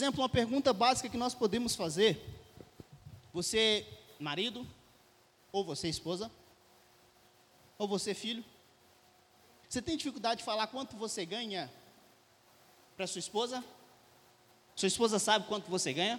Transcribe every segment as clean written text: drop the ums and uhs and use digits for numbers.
Por exemplo, uma pergunta básica que nós podemos fazer: você, marido, ou você, esposa, ou você, filho, você tem dificuldade de falar quanto você ganha para sua esposa? Sua esposa sabe quanto você ganha?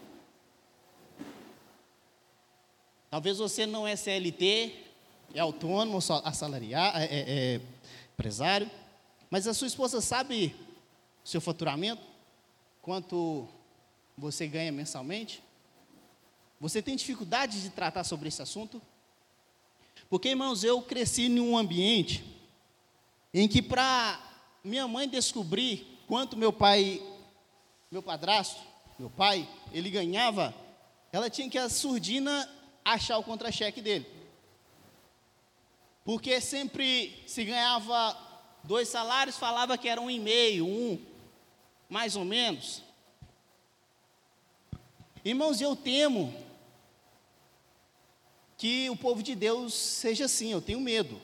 Talvez você não é CLT, é autônomo, assalariado, é empresário, mas a sua esposa sabe seu faturamento? Quanto você ganha mensalmente? Você tem dificuldade de tratar sobre esse assunto? Porque, irmãos, eu cresci em um ambiente em que, para minha mãe descobrir quanto meu padrasto, meu pai, ele ganhava, ela tinha que, a surdina, achar o contra-cheque dele. Porque sempre se ganhava 2 salários, falava que era 1,5, mais ou menos. Irmãos, eu temo que o povo de Deus seja assim, eu tenho medo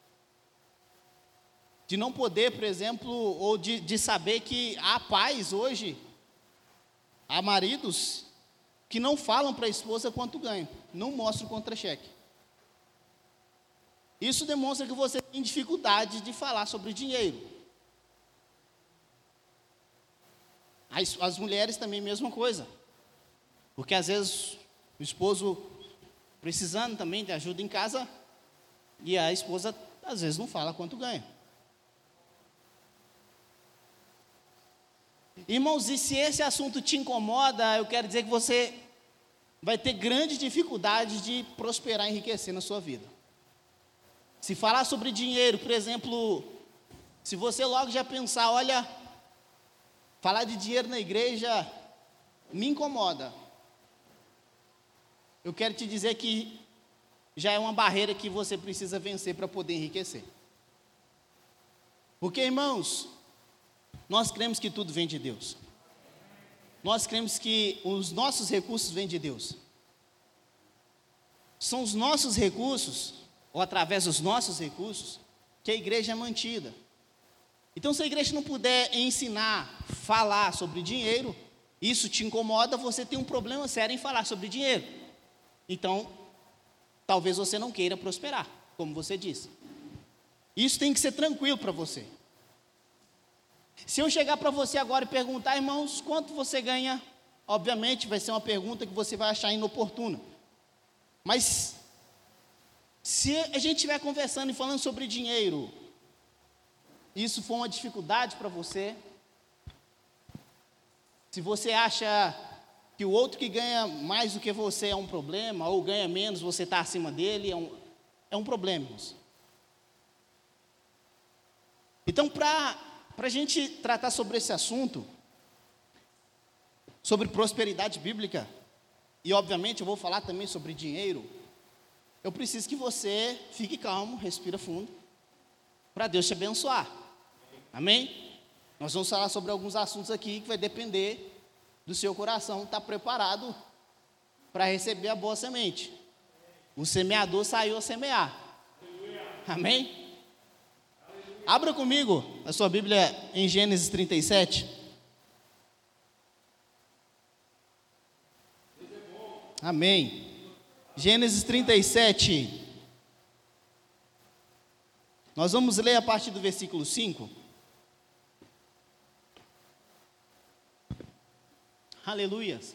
de não poder, por exemplo, ou de saber que há pais hoje, há maridos que não falam para a esposa quanto ganham, não mostram o contra-cheque. Isso demonstra que você tem dificuldade de falar sobre dinheiro. As mulheres também, mesma coisa. Porque às vezes o esposo precisando também de ajuda em casa, e a esposa às vezes não fala quanto ganha. Irmãos, e se esse assunto te incomoda, eu quero dizer que você vai ter grande dificuldade de prosperar e enriquecer na sua vida. Se falar sobre dinheiro, por exemplo, se você logo já pensar, olha, falar de dinheiro na igreja me incomoda, eu quero te dizer que já é uma barreira que você precisa vencer para poder enriquecer. Porque, irmãos, nós cremos que tudo vem de Deus. Nós cremos que os nossos recursos vêm de Deus. São os nossos recursos, ou através dos nossos recursos, que a igreja é mantida. Então, se a igreja não puder ensinar, falar sobre dinheiro, isso te incomoda, você tem um problema sério em falar sobre dinheiro. Então, talvez você não queira prosperar, como você disse. Isso tem que ser tranquilo para você. Se eu chegar para você agora e perguntar, irmãos, quanto você ganha? Obviamente vai ser uma pergunta que você vai achar inoportuna. Mas, se a gente estiver conversando e falando sobre dinheiro, isso for uma dificuldade para você, se você acha que o outro que ganha mais do que você é um problema, ou ganha menos, você está acima dele, é um problema, irmãos. Então, para a gente tratar sobre esse assunto, sobre prosperidade bíblica, e obviamente eu vou falar também sobre dinheiro, eu preciso que você fique calmo, respira fundo, para Deus te abençoar. Amém? Nós vamos falar sobre alguns assuntos aqui que vai depender do seu coração estar preparado para receber a boa semente. O semeador saiu a semear. Amém? Abra comigo a sua Bíblia em Gênesis 37. Amém. Gênesis 37. Nós vamos ler a partir do versículo 5. Aleluias.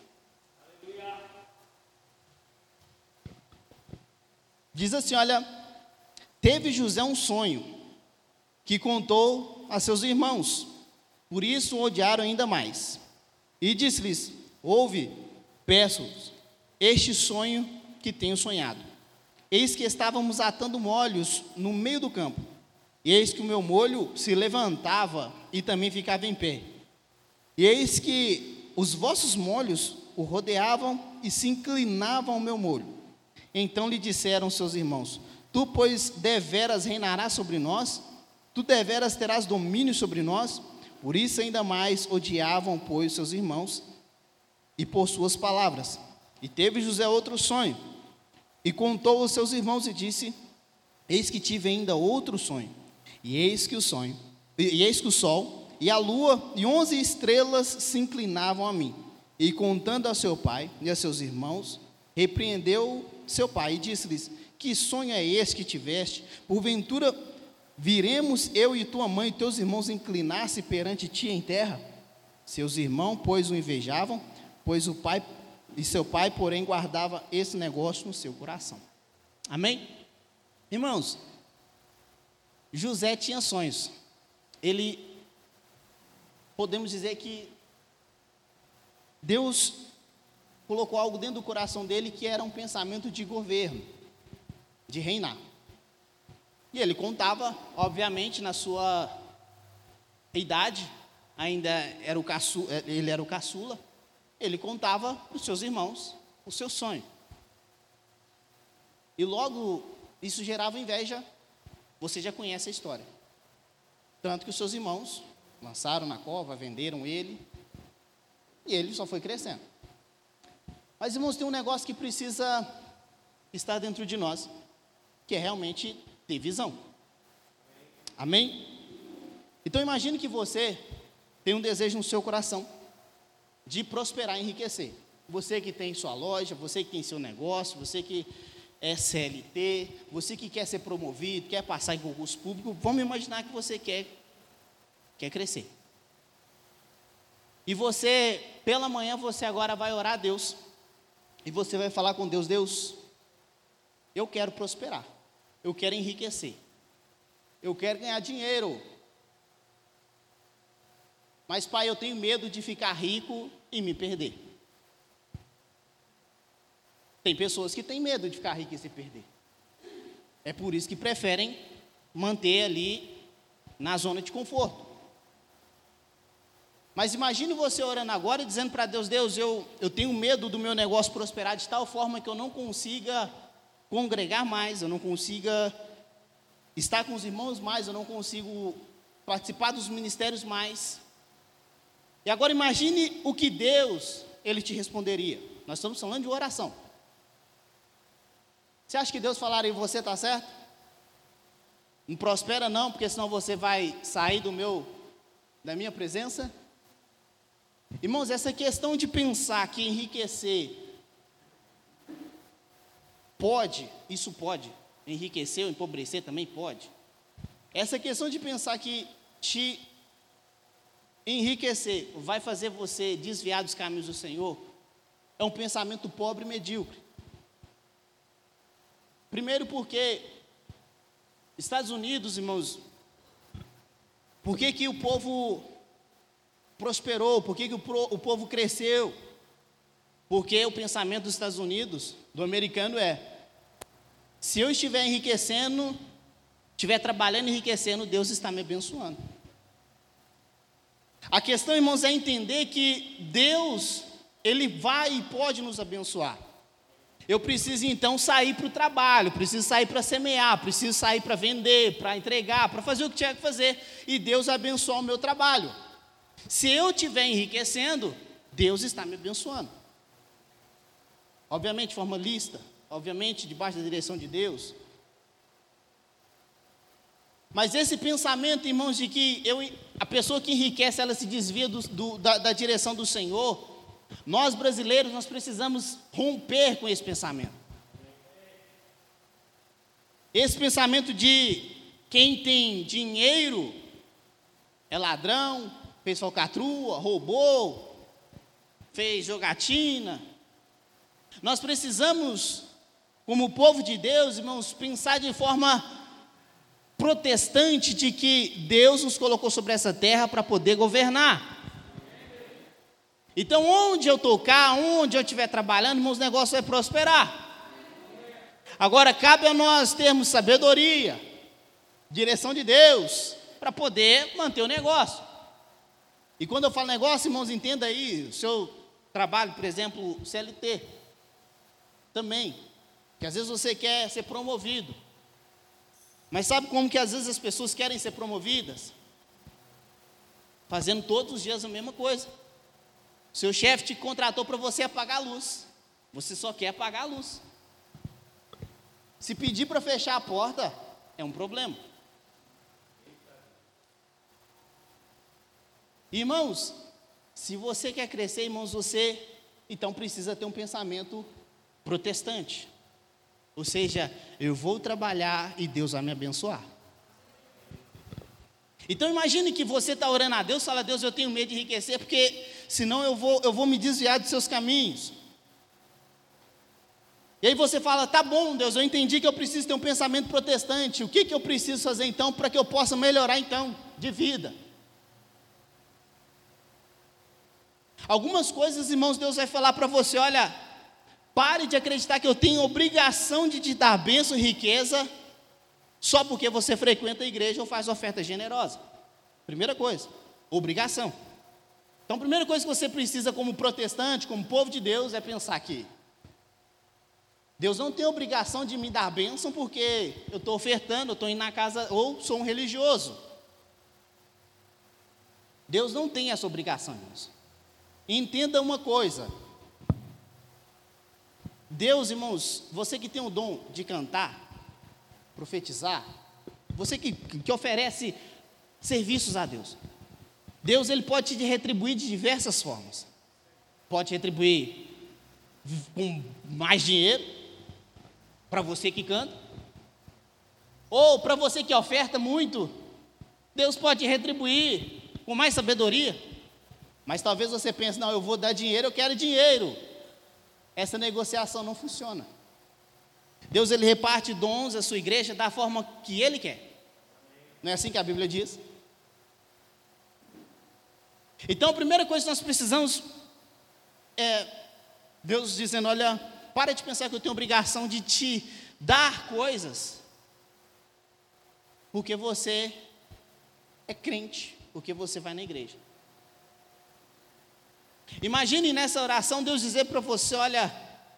Diz assim, olha, teve José um sonho, que contou a seus irmãos, por isso o odiaram ainda mais. E disse-lhes, ouve, peço-vos, este sonho que tenho sonhado. Eis que estávamos atando molhos no meio do campo, e eis que o meu molho se levantava e também ficava em pé. E eis que os vossos molhos o rodeavam e se inclinavam ao meu molho. Então lhe disseram seus irmãos, tu, pois, deveras reinarás sobre nós? Tu deveras terás domínio sobre nós? Por isso ainda mais odiavam, pois, seus irmãos, e por suas palavras. E teve José outro sonho, e contou aos seus irmãos e disse, eis que tive ainda outro sonho, e eis que o sol e a lua e 11 estrelas se inclinavam a mim. E contando a seu pai e a seus irmãos, repreendeu seu pai e disse-lhes: que sonho é esse que tiveste? Porventura viremos eu e tua mãe e teus irmãos inclinar-se perante ti em terra? Seus irmãos, pois, o invejavam, pois o pai e seu pai, porém, guardava esse negócio no seu coração. Amém? Irmãos, José tinha sonhos. Ele, podemos dizer que Deus colocou algo dentro do coração dele que era um pensamento de governo, de reinar. E ele contava, obviamente, na sua idade, ainda era ele era o caçula, ele contava para os seus irmãos o seu sonho. E logo isso gerava inveja, você já conhece a história. Tanto que os seus irmãos lançaram na cova, venderam ele, e ele só foi crescendo. Mas, irmãos, tem um negócio que precisa estar dentro de nós, que é realmente ter visão. Amém? Então, imagine que você tem um desejo no seu coração de prosperar e enriquecer. Você que tem sua loja, você que tem seu negócio, você que é CLT, você que quer ser promovido, quer passar em concurso público, vamos imaginar que você quer crescer. E você, pela manhã, você agora vai orar a Deus. E você vai falar com Deus: Deus, eu quero prosperar. Eu quero enriquecer. Eu quero ganhar dinheiro. Mas, Pai, eu tenho medo de ficar rico e me perder. Tem pessoas que têm medo de ficar rico e se perder. É por isso que preferem manter ali na zona de conforto. Mas imagine você orando agora e dizendo para Deus: Deus, eu tenho medo do meu negócio prosperar de tal forma que eu não consiga congregar mais, eu não consiga estar com os irmãos mais, eu não consigo participar dos ministérios mais. E agora imagine o que Deus, Ele te responderia. Nós estamos falando de oração. Você acha que Deus falaria: você está certo? Não prospera não, porque senão você vai sair da minha presença? Irmãos, essa questão de pensar que enriquecer isso pode, enriquecer ou empobrecer também pode. Essa questão de pensar que te enriquecer vai fazer você desviar dos caminhos do Senhor, é um pensamento pobre e medíocre. Primeiro porque Estados Unidos, irmãos, por que o povo prosperou? Por que o povo cresceu? Porque o pensamento dos Estados Unidos, do americano, se eu estiver enriquecendo, estiver trabalhando e enriquecendo, Deus está me abençoando. A questão, irmãos, é entender que Deus, Ele vai e pode nos abençoar. Eu preciso então sair para o trabalho, preciso sair para semear, preciso sair para vender, para entregar, para fazer o que tinha que fazer, e Deus abençoa o meu trabalho. Se eu estiver enriquecendo, Deus está me abençoando. Obviamente de forma lícita, obviamente debaixo da direção de Deus. Mas esse pensamento, irmãos, de que a pessoa que enriquece, ela se desvia da direção do Senhor, nós brasileiros, nós precisamos romper com esse pensamento. Esse pensamento de quem tem dinheiro é ladrão, fez falcatrua, roubou, fez jogatina. Nós precisamos, como povo de Deus, irmãos, pensar de forma protestante de que Deus nos colocou sobre essa terra para poder governar. Então, onde eu tocar, onde eu estiver trabalhando, meus negócios vai prosperar. Agora, cabe a nós termos sabedoria, direção de Deus, para poder manter o negócio. E quando eu falo negócio, irmãos, entenda aí, o seu trabalho, por exemplo, CLT, também, que às vezes você quer ser promovido. Mas sabe como que às vezes as pessoas querem ser promovidas? Fazendo todos os dias a mesma coisa. Seu chefe te contratou para você apagar a luz. Você só quer apagar a luz. Se pedir para fechar a porta, é um problema. Irmãos, se você quer crescer, irmãos, você então precisa ter um pensamento protestante. Ou seja, eu vou trabalhar e Deus vai me abençoar. Então imagine que você está orando a Deus, fala: Deus, eu tenho medo de enriquecer, porque senão eu vou me desviar dos seus caminhos. E aí você fala: tá bom, Deus, eu entendi que eu preciso ter um pensamento protestante. O que eu preciso fazer então para que eu possa melhorar então de vida? Algumas coisas, irmãos, Deus vai falar para você: olha, pare de acreditar que eu tenho obrigação de te dar bênção e riqueza só porque você frequenta a igreja ou faz oferta generosa. Primeira coisa, obrigação. Então, a primeira coisa que você precisa como protestante, como povo de Deus, é pensar que Deus não tem obrigação de me dar bênção porque eu estou ofertando, eu estou indo na casa, ou sou um religioso. Deus não tem essa obrigação, irmãos. Entenda uma coisa. Deus, irmãos, você que tem o dom de cantar, profetizar, você que oferece serviços a Deus, Deus, Ele pode te retribuir de diversas formas. Pode retribuir com mais dinheiro, para você que canta, ou para você que oferta muito, Deus pode retribuir com mais sabedoria. Mas talvez você pense: não, eu vou dar dinheiro, eu quero dinheiro. Essa negociação não funciona. Deus, Ele reparte dons à sua igreja da forma que Ele quer. Não é assim que a Bíblia diz? Então, a primeira coisa que nós precisamos é Deus dizendo: olha, para de pensar que eu tenho obrigação de te dar coisas, porque você é crente, porque você vai na igreja. Imagine nessa oração Deus dizer para você: olha,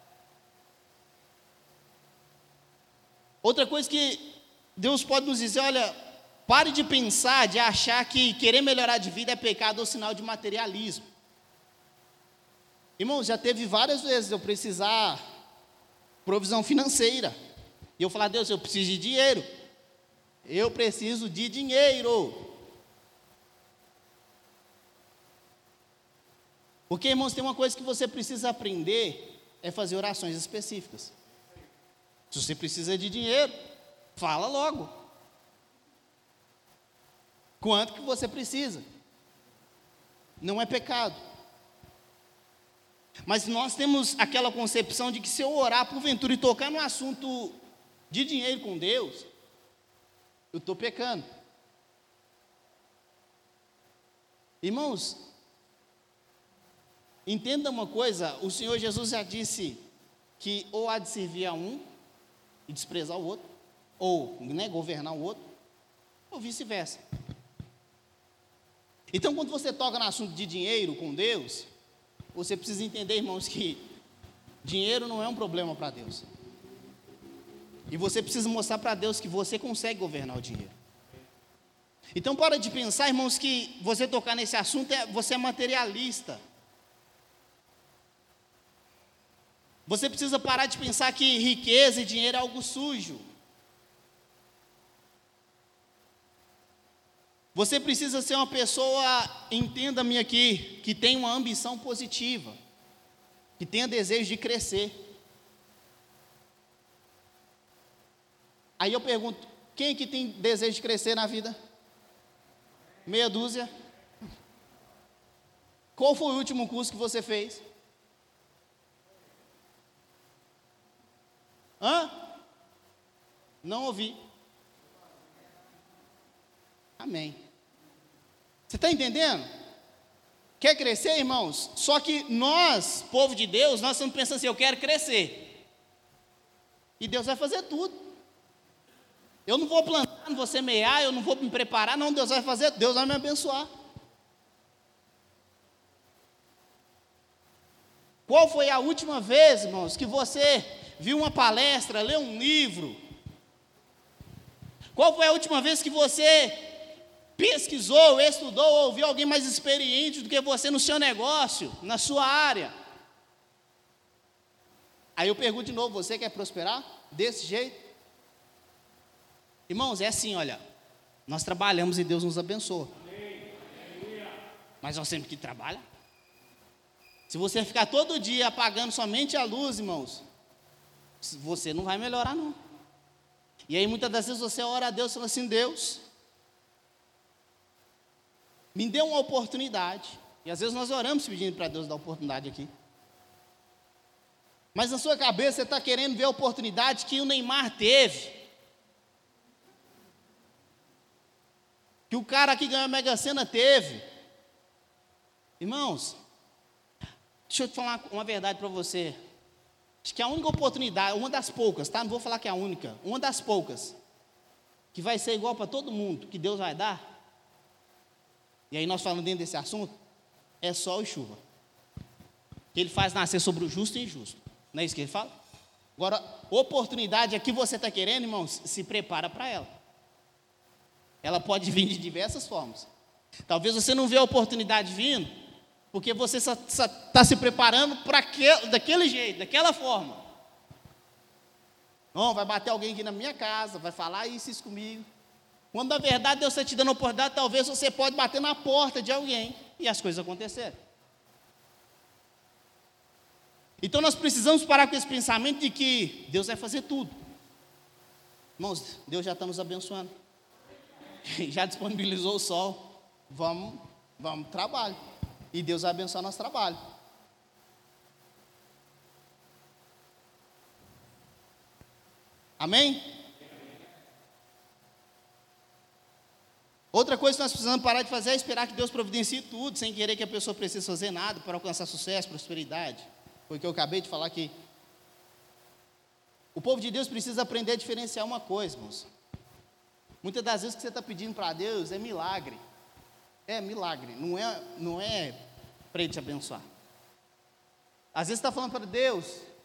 outra coisa que Deus pode nos dizer: olha, pare de pensar, de achar que querer melhorar de vida é pecado ou sinal de materialismo. Irmãos, já teve várias vezes eu precisar provisão financeira, e eu falar: Deus, eu preciso de dinheiro, eu preciso de dinheiro. Porque, irmãos, tem uma coisa que você precisa aprender, é fazer orações específicas. Se você precisa de dinheiro, fala logo quanto que você precisa. Não é pecado. Mas nós temos aquela concepção de que se eu orar porventura e tocar no assunto de dinheiro com Deus, eu estou pecando. Irmãos, entenda uma coisa: o Senhor Jesus já disse que ou há de servir a um e desprezar o outro, ou governar o outro, ou vice-versa. Então, quando você toca no assunto de dinheiro com Deus, você precisa entender, irmãos, que dinheiro não é um problema para Deus. E você precisa mostrar para Deus que você consegue governar o dinheiro. Então, para de pensar, irmãos, que você tocar nesse assunto, você é materialista. Você precisa parar de pensar que riqueza e dinheiro é algo sujo. Você precisa ser uma pessoa, entenda-me aqui, que tem uma ambição positiva, que tenha desejo de crescer. Aí eu pergunto: quem que tem desejo de crescer na vida? Meia dúzia. Qual foi o último curso que você fez? Hã? Não ouvi. Amém. Você está entendendo? Quer crescer, irmãos? Só que nós, povo de Deus, nós estamos pensando assim: eu quero crescer. E Deus vai fazer tudo. Eu não vou plantar, não vou semear, eu não vou me preparar, não. Deus vai fazer, Deus vai me abençoar. Qual foi a última vez, irmãos, que você viu uma palestra, leu um livro? Qual foi a última vez que você pesquisou, estudou, ouviu alguém mais experiente do que você no seu negócio, na sua área? Aí eu pergunto de novo: você quer prosperar desse jeito? Irmãos, é assim, olha, nós trabalhamos e Deus nos abençoa. Mas nós temos que trabalhar. Se você ficar todo dia apagando somente a luz, irmãos, você não vai melhorar, não. E aí muitas das vezes você ora a Deus e fala assim: Deus, me dê uma oportunidade. E às vezes nós oramos pedindo para Deus dar oportunidade aqui. Mas na sua cabeça você está querendo ver a oportunidade que o Neymar teve. Que o cara que ganhou a Mega Sena teve. Irmãos, deixa eu te falar uma verdade para você. Acho que a única oportunidade, uma das poucas, tá? Não vou falar que é a única, uma das poucas, que vai ser igual para todo mundo, que Deus vai dar. E aí nós falando dentro desse assunto, é sol e chuva. Que Ele faz nascer sobre o justo e injusto. Não é isso que Ele fala? Agora, oportunidade é que você está querendo, irmãos, se prepara para ela. Ela pode vir de diversas formas. Talvez você não vê a oportunidade vindo, porque você está se preparando para daquele jeito, daquela forma. Não, vai bater alguém aqui na minha casa, vai falar isso comigo. Quando na verdade Deus está te dando a oportunidade, talvez você pode bater na porta de alguém e as coisas acontecerem. Então nós precisamos parar com esse pensamento de que Deus vai fazer tudo. Irmãos, Deus já está nos abençoando. Já disponibilizou o sol. Vamos trabalho. E Deus vai abençoar nosso trabalho. Amém? Outra coisa que nós precisamos parar de fazer é esperar que Deus providencie tudo, sem querer que a pessoa precise fazer nada para alcançar sucesso, prosperidade. Foi o que eu acabei de falar aqui. O povo de Deus precisa aprender a diferenciar uma coisa, irmãos. Muitas das vezes o que você está pedindo para Deus é milagre. É milagre, não é para Ele te abençoar. Às vezes você está falando para Deus: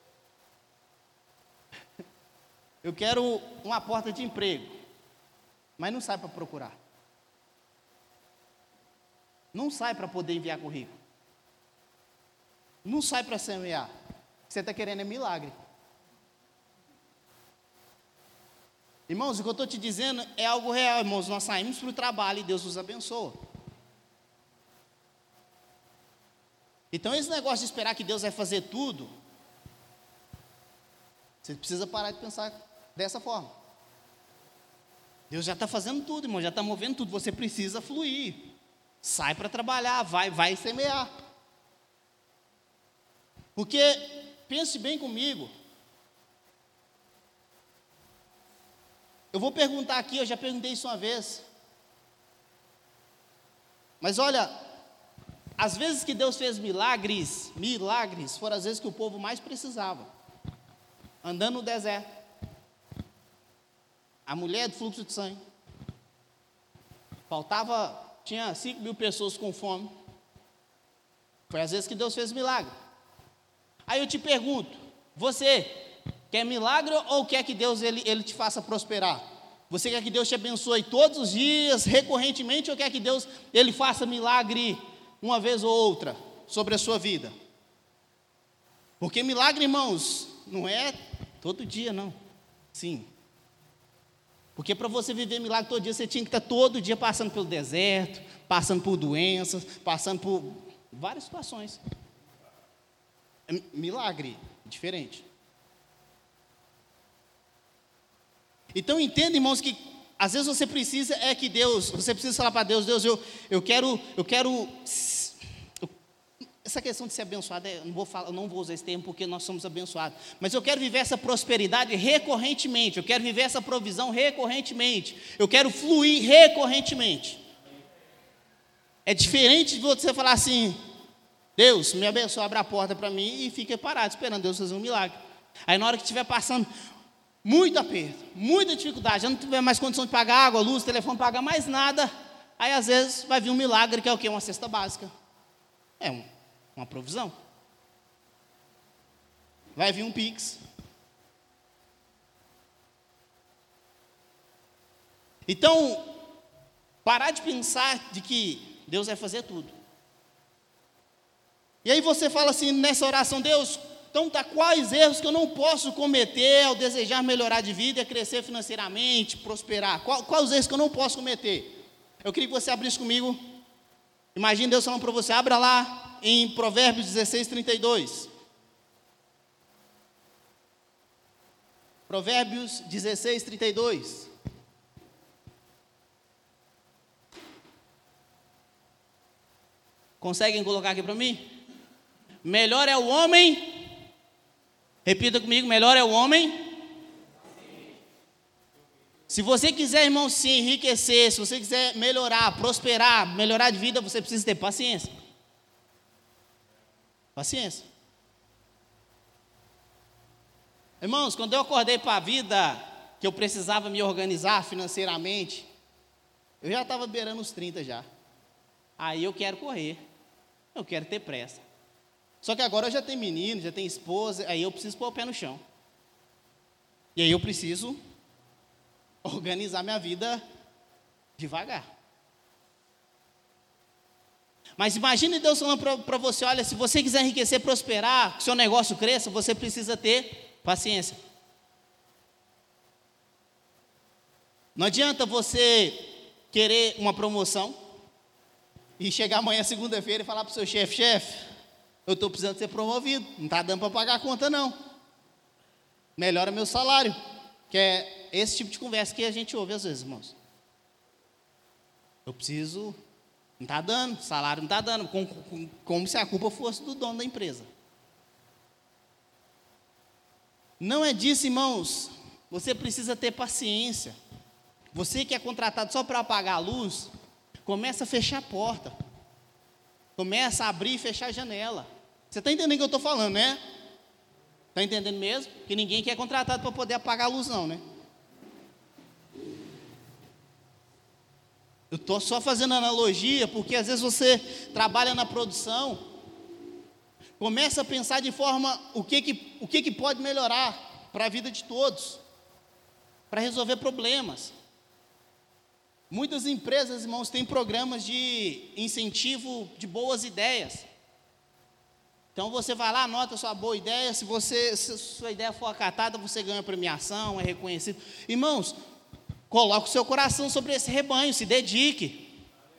eu quero uma porta de emprego, mas não sai para procurar. Não sai para poder enviar currículo. Não sai para semear. O que você está querendo é milagre. Irmãos, o que eu estou te dizendo é algo real, irmãos. Nós saímos para o trabalho e Deus nos abençoa. Então esse negócio de esperar que Deus vai fazer tudo, você precisa parar de pensar dessa forma. Deus já está fazendo tudo, irmão, já está movendo tudo. Você precisa fluir. Sai para trabalhar, vai semear. Porque, pense bem comigo. Eu vou perguntar aqui, eu já perguntei isso uma vez. Mas olha, as vezes que Deus fez milagres foram as vezes que o povo mais precisava. Andando no deserto. A mulher do fluxo de sangue. Tinha 5.000 pessoas com fome. Foi às vezes que Deus fez milagre. Aí eu te pergunto, você quer milagre ou quer que Deus ele te faça prosperar? Você quer que Deus te abençoe todos os dias, recorrentemente, ou quer que Deus ele faça milagre uma vez ou outra sobre a sua vida? Porque milagre, irmãos, não é todo dia, não. Sim. Porque para você viver milagre todo dia, você tinha que estar todo dia passando pelo deserto, passando por doenças, passando por várias situações. É milagre, diferente. Então entenda, irmãos, que às vezes você precisa falar para Deus: Deus, eu quero essa questão de ser abençoado, eu não vou usar esse termo porque nós somos abençoados, mas eu quero viver essa prosperidade recorrentemente, eu quero viver essa provisão recorrentemente, eu quero fluir recorrentemente. É diferente de você falar assim: Deus, me abençoe, abre a porta para mim e fica parado esperando Deus fazer um milagre. Aí na hora que estiver passando muito aperto, muita dificuldade, já não tiver mais condição de pagar água, luz, telefone, pagar mais nada, aí às vezes vai vir um milagre, que é o quê? Uma cesta básica. É uma provisão. Vai vir um Pix. Então, parar de pensar de que Deus vai fazer tudo. E aí você fala assim nessa oração: Deus, então quais erros que eu não posso cometer ao desejar melhorar de vida, crescer financeiramente, prosperar? Quais os erros que eu não posso cometer? Eu queria que você abrisse comigo Imagine Deus falando para você, abra lá em Provérbios 16, 32. Provérbios 16, 32. Conseguem colocar aqui para mim? Melhor é o homem, repita comigo, melhor é o homem. Se você quiser, irmão, se enriquecer, se você quiser melhorar, prosperar, melhorar de vida, você precisa ter paciência. Paciência. Irmãos, quando eu acordei para a vida, que eu precisava me organizar financeiramente, eu já estava beirando os 30 já. Aí eu quero correr, eu quero ter pressa. Só que agora eu já tenho menino, já tenho esposa, aí eu preciso pôr o pé no chão. E aí eu preciso organizar minha vida devagar. Mas imagine Deus falando para você, olha, se você quiser enriquecer, prosperar, que seu negócio cresça, você precisa ter paciência. Não adianta você querer uma promoção e chegar amanhã, segunda-feira, e falar para o seu chefe, eu estou precisando ser promovido, não está dando para pagar a conta não. Melhora meu salário. Que é esse tipo de conversa que a gente ouve às vezes, irmãos. Eu preciso, não está dando, salário não está dando, como se a culpa fosse do dono da empresa. Não é disso, irmãos. Você precisa ter paciência. Você que é contratado só para apagar a luz, começa a fechar a porta. Começa a abrir e fechar a janela. Você está entendendo o que eu estou falando, né? Está entendendo mesmo? Que ninguém quer contratado para poder apagar a luz não, né? Eu estou só fazendo analogia, porque às vezes você trabalha na produção, começa a pensar de forma, o que pode melhorar para a vida de todos, para resolver problemas. Muitas empresas, irmãos, têm programas de incentivo de boas ideias. Então você vai lá, anota a sua boa ideia, se sua ideia for acatada, você ganha premiação, é reconhecido. Irmãos, coloque o seu coração sobre esse rebanho, se dedique.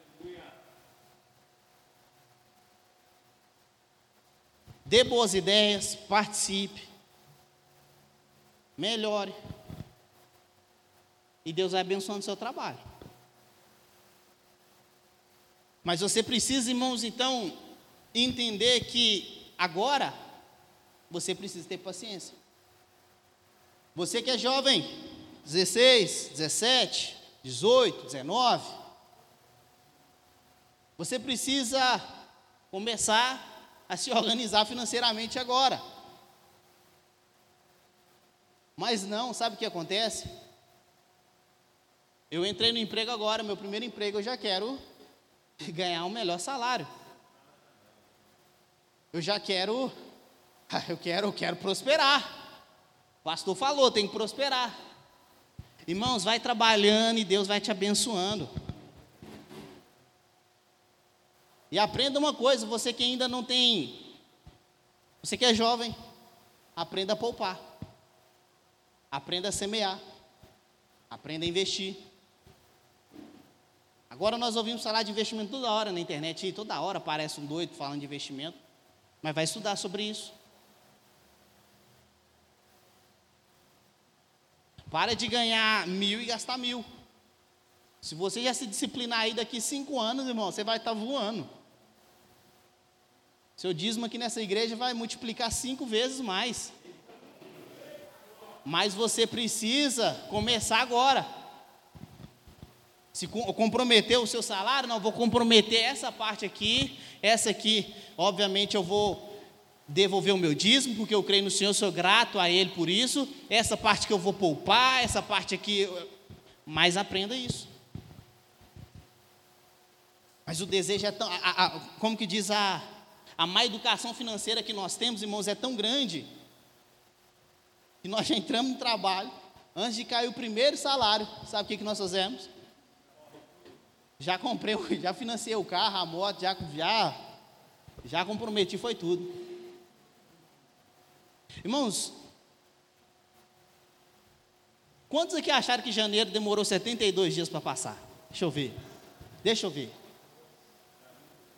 Dê boas ideias, participe, melhore. E Deus vai abençoando o seu trabalho. Mas você precisa, irmãos, então, entender que agora você precisa ter paciência. Você que é jovem, 16, 17, 18, 19, você precisa começar a se organizar financeiramente agora. Mas não, sabe o que acontece? Eu entrei no emprego agora, meu primeiro emprego, eu já quero ganhar um melhor salário. Eu quero prosperar. O pastor falou, tem que prosperar. Irmãos, vai trabalhando e Deus vai te abençoando. E aprenda uma coisa, você que ainda não tem, você que é jovem, aprenda a poupar. Aprenda a semear. Aprenda a investir. Agora nós ouvimos falar de investimento toda hora na internet, e toda hora aparece um doido falando de investimento. Mas vai estudar sobre isso. Para de ganhar 1.000 e gastar 1.000. Se você já se disciplinar aí daqui 5 anos, irmão, você vai estar voando. Seu dízimo aqui nessa igreja vai multiplicar 5 vezes mais. Mas você precisa começar agora. Se comprometer o seu salário, não, vou comprometer essa parte aqui, essa aqui, obviamente eu vou devolver o meu dízimo, porque eu creio no Senhor, sou grato a Ele por isso, essa parte que eu vou poupar, essa parte aqui, mas aprenda isso. Mas o desejo é tão, como que diz a má educação financeira que nós temos, irmãos, é tão grande, que nós já entramos no trabalho, antes de cair o primeiro salário, sabe o que nós fazemos? Já comprei, já financei o carro, a moto, já comprometi, foi tudo. Irmãos, quantos aqui acharam que janeiro demorou 72 dias para passar? Deixa eu ver.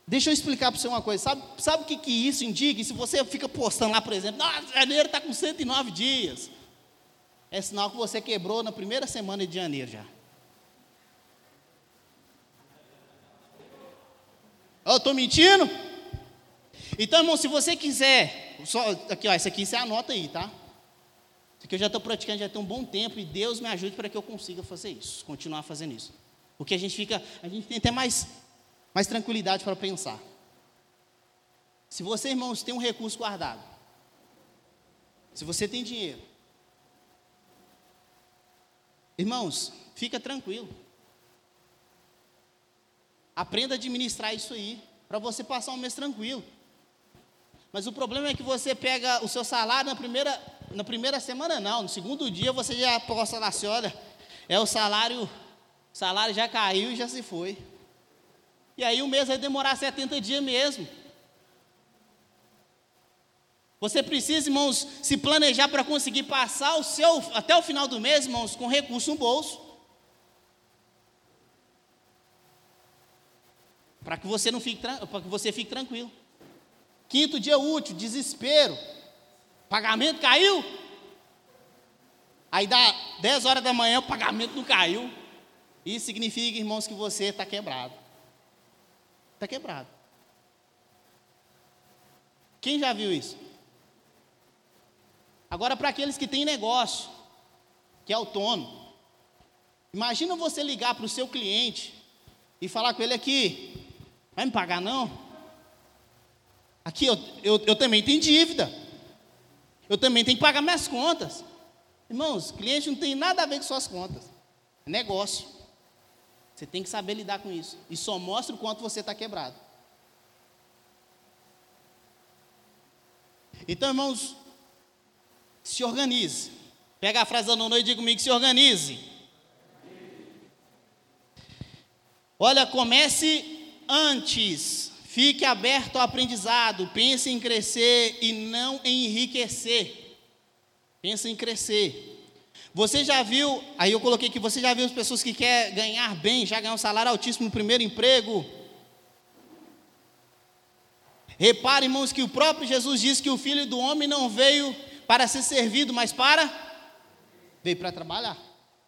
Deixa eu explicar para você uma coisa. Sabe o que isso indica? E se você fica postando lá, por exemplo, nossa, janeiro está com 109 dias. É sinal que você quebrou na primeira semana de janeiro já. Eu estou mentindo? Então, irmão, se você quiser, aqui, ó, isso aqui você anota aí, tá? Isso aqui eu já estou praticando já tem um bom tempo e Deus me ajude para que eu consiga fazer isso, continuar fazendo isso. Porque a gente tem até mais tranquilidade para pensar. Se você, irmãos, tem um recurso guardado, se você tem dinheiro, irmãos, fica tranquilo. Aprenda a administrar isso aí, para você passar um mês tranquilo. Mas o problema é que você pega o seu salário na primeira semana não, no segundo dia você já posta lá assim, olha, o salário já caiu e já se foi. E aí o mês vai demorar 70 dias mesmo. Você precisa, irmãos, se planejar para conseguir passar até o final do mês, irmãos, com recurso no bolso. Para que você fique tranquilo. Quinto dia útil, desespero. Pagamento caiu. Aí dá 10 horas da manhã, o pagamento não caiu. Isso significa, irmãos, que você está quebrado. Está quebrado. Quem já viu isso? Agora, para aqueles que têm negócio, que é autônomo, imagina você ligar para o seu cliente e falar com ele aqui, vai me pagar não? Aqui eu também tenho dívida, eu também tenho que pagar minhas contas. Irmãos, cliente não tem nada a ver com suas contas, é negócio. Você tem que saber lidar com isso, e só mostra o quanto você está quebrado. Então, irmãos, se organize. Pega a frase da Nonô e diga comigo, se organize. Olha, comece antes. Fique aberto ao aprendizado. Pense em crescer e não em enriquecer. Pense em crescer. Você já viu, aí eu coloquei que você já viu as pessoas que querem ganhar bem, já ganhar um salário altíssimo no primeiro emprego? Repare, irmãos, que o próprio Jesus disse que o Filho do Homem não veio para ser servido, mas veio para trabalhar.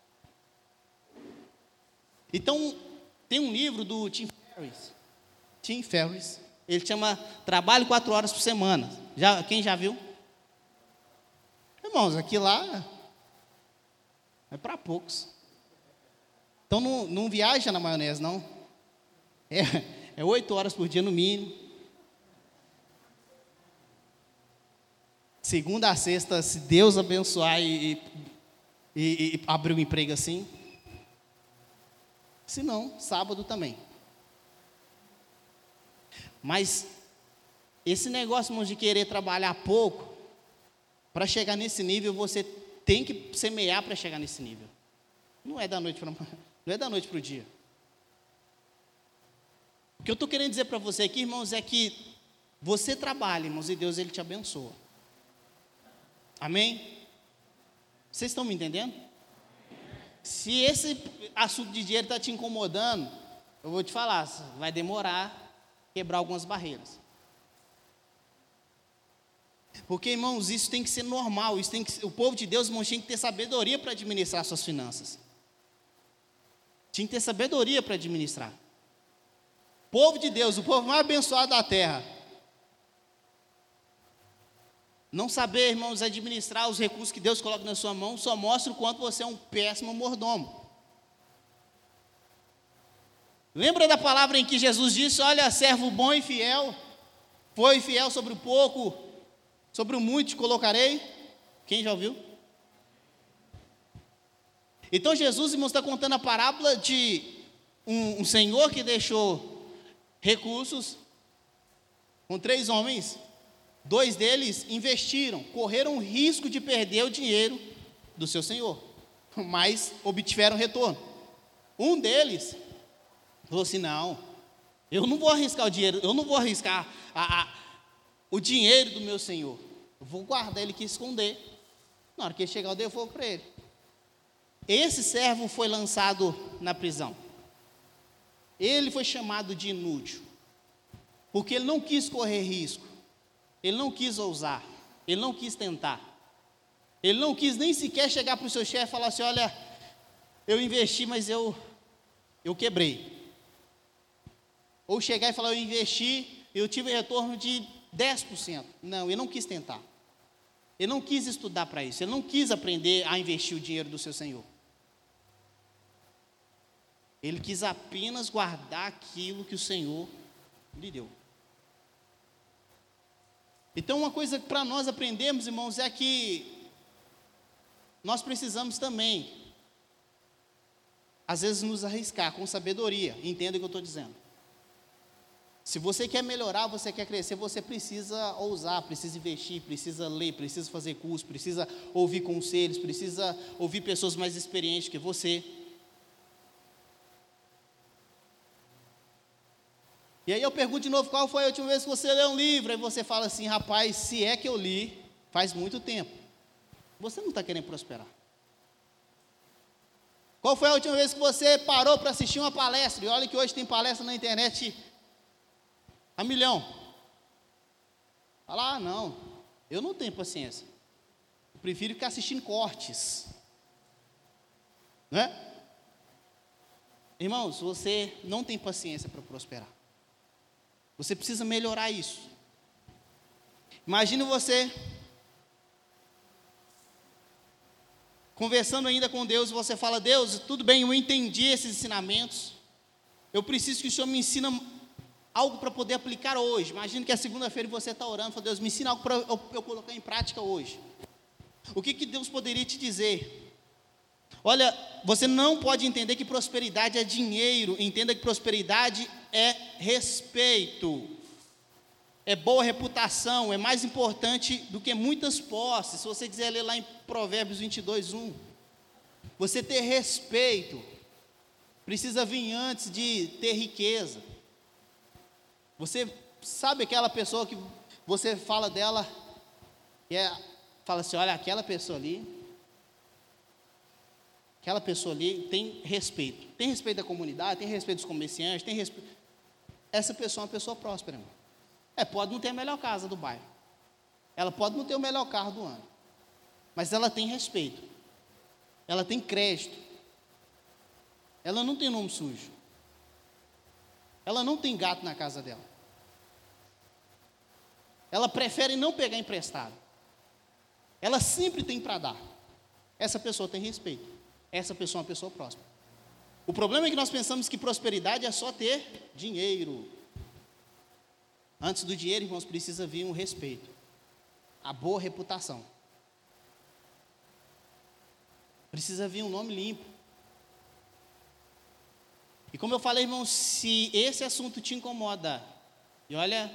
Então, tem um livro do Tim Ferriss, ele chama Trabalho 4 horas por semana. Quem já viu? Irmãos, aqui lá é para poucos. Então não viaja na maionese, não. É 8 horas por dia no mínimo. Segunda a sexta, se Deus abençoar e abrir um emprego assim. Se não, sábado também. Mas esse negócio, irmãos, de querer trabalhar pouco, para chegar nesse nível, você tem que semear para chegar nesse nível. Não é da noite para o dia. O que eu estou querendo dizer para você aqui, irmãos, é que você trabalha, irmãos, e Deus ele te abençoa. Amém? Vocês estão me entendendo? Se esse assunto de dinheiro está te incomodando, eu vou te falar, vai demorar a quebrar algumas barreiras. Porque, irmãos, isso tem que ser normal, o povo de Deus, irmãos, tinha que ter sabedoria para administrar suas finanças. Tinha que ter sabedoria para administrar. Povo de Deus, o povo mais abençoado da terra. Não saber, irmãos, administrar os recursos que Deus coloca na sua mão, só mostra o quanto você é um péssimo mordomo. Lembra da palavra em que Jesus disse, olha, servo bom e fiel, foi fiel sobre o pouco, sobre o muito te colocarei? Quem já ouviu? Então Jesus, irmãos, está contando a parábola de um senhor que deixou recursos com 3 homens. 2 deles investiram, correram o risco de perder o dinheiro do seu senhor, mas obtiveram retorno. Um deles falou assim, não, eu não vou arriscar o dinheiro, eu não vou arriscar o dinheiro do meu senhor, eu vou guardar ele aqui e esconder, na hora que ele chegar eu devolvo para ele. Esse servo foi lançado na prisão, ele foi chamado de inútil, porque ele não quis correr risco, ele não quis ousar, ele não quis tentar, ele não quis nem sequer chegar para o seu chefe e falar assim: olha, eu investi, mas eu quebrei. Ou chegar e falar: eu investi, eu tive retorno de 10%. Não, ele não quis tentar. Ele não quis estudar para isso. Ele não quis aprender a investir o dinheiro do seu Senhor. Ele quis apenas guardar aquilo que o Senhor lhe deu. Então, uma coisa para nós aprendermos, irmãos, é que nós precisamos também, às vezes, nos arriscar com sabedoria. Entenda o que eu estou dizendo. Se você quer melhorar, você quer crescer, você precisa ousar, precisa investir, precisa ler, precisa fazer curso, precisa ouvir conselhos, precisa ouvir pessoas mais experientes que você. E aí eu pergunto de novo: qual foi a última vez que você leu um livro? Aí você fala assim: rapaz, se é que eu li, faz muito tempo. Você não está querendo prosperar. Qual foi a última vez que você parou para assistir uma palestra? E olha que hoje tem palestra na internet a milhão. Fala: não, eu não tenho paciência. Eu prefiro ficar assistindo cortes. Né? Irmãos, você não tem paciência para prosperar. Você precisa melhorar isso. Imagina você conversando ainda com Deus, e você fala: Deus, tudo bem, eu entendi esses ensinamentos. Eu preciso que o Senhor me ensine algo para poder aplicar hoje. Imagina que é segunda-feira e você está orando, fala: Deus, me ensina algo para eu colocar em prática hoje. O que Deus poderia te dizer? Olha, você não pode entender que prosperidade é dinheiro. Entenda que prosperidade é respeito, é boa reputação, é mais importante do que muitas posses. Se você quiser ler lá em Provérbios 22:1, você ter respeito precisa vir antes de ter riqueza. Você sabe aquela pessoa que você fala dela, fala assim: olha, aquela pessoa ali tem respeito da comunidade, tem respeito dos comerciantes, tem respeito. Essa pessoa é uma pessoa próspera, irmão. Pode não ter a melhor casa do bairro, ela pode não ter o melhor carro do ano, mas ela tem respeito, ela tem crédito, ela não tem nome sujo, ela não tem gato na casa dela, ela prefere não pegar emprestado, ela sempre tem para dar. Essa pessoa tem respeito, essa pessoa é uma pessoa próspera. O problema é que nós pensamos que prosperidade é só ter dinheiro. Antes do dinheiro, irmãos, precisa vir um respeito, a boa reputação, precisa vir um nome limpo. E como eu falei, irmãos, se esse assunto te incomoda, e olha,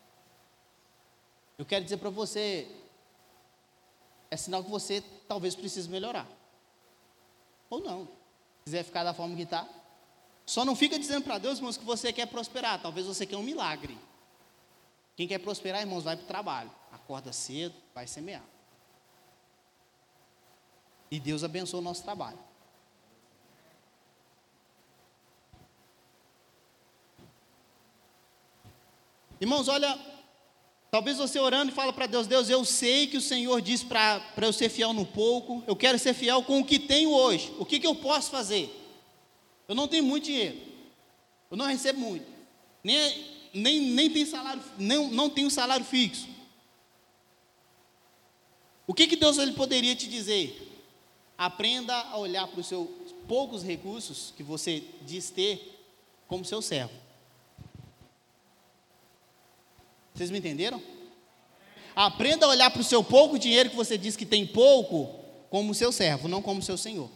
eu quero dizer para você, é sinal que você talvez precise melhorar, ou não. Se quiser ficar da forma que está, só não fica dizendo para Deus, irmãos, que você quer prosperar. Talvez você quer um milagre. Quem quer prosperar, irmãos, vai para o trabalho, acorda cedo, vai semear, e Deus abençoa o nosso trabalho. Irmãos, olha, talvez você orando e fala para Deus: Deus, eu sei que o Senhor disse para eu ser fiel no pouco, eu quero ser fiel com o que tenho hoje. O que eu posso fazer? Eu não tenho muito dinheiro, eu não recebo muito, nem tenho salário, não tenho salário fixo. O que Deus ele poderia te dizer? Aprenda a olhar para os seus poucos recursos que você diz ter como seu servo. Vocês me entenderam? Aprenda a olhar para o seu pouco dinheiro que você diz que tem pouco como seu servo, não como seu senhor.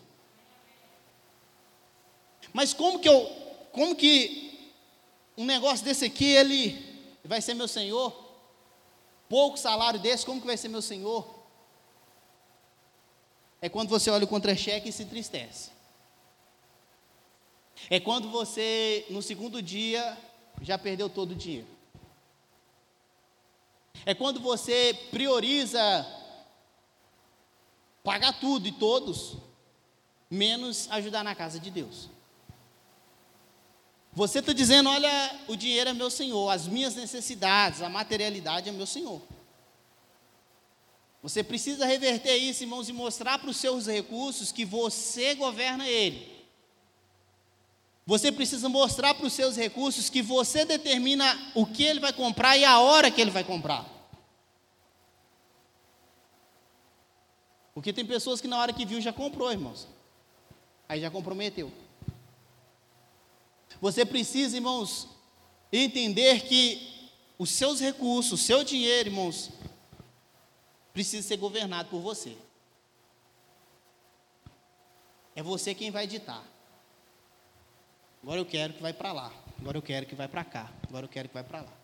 Mas como que um negócio desse aqui, ele vai ser meu senhor? Pouco salário desse, como que vai ser meu senhor? É quando você olha o contra-cheque e se entristece. É quando você, no segundo dia, já perdeu todo o dinheiro. É quando você prioriza pagar tudo e todos, menos ajudar na casa de Deus. Você está dizendo, olha, o dinheiro é meu Senhor, as minhas necessidades, a materialidade é meu Senhor. Você precisa reverter isso, irmãos, e mostrar para os seus recursos que você governa ele. Você precisa mostrar para os seus recursos que você determina o que ele vai comprar e a hora que ele vai comprar. Porque tem pessoas que na hora que viu já comprou, irmãos. Aí já comprometeu. Você precisa, irmãos, entender que os seus recursos, o seu dinheiro, irmãos, precisa ser governado por você. É você quem vai ditar. Agora eu quero que vai para lá. Agora eu quero que vai para cá. Agora eu quero que vai para lá.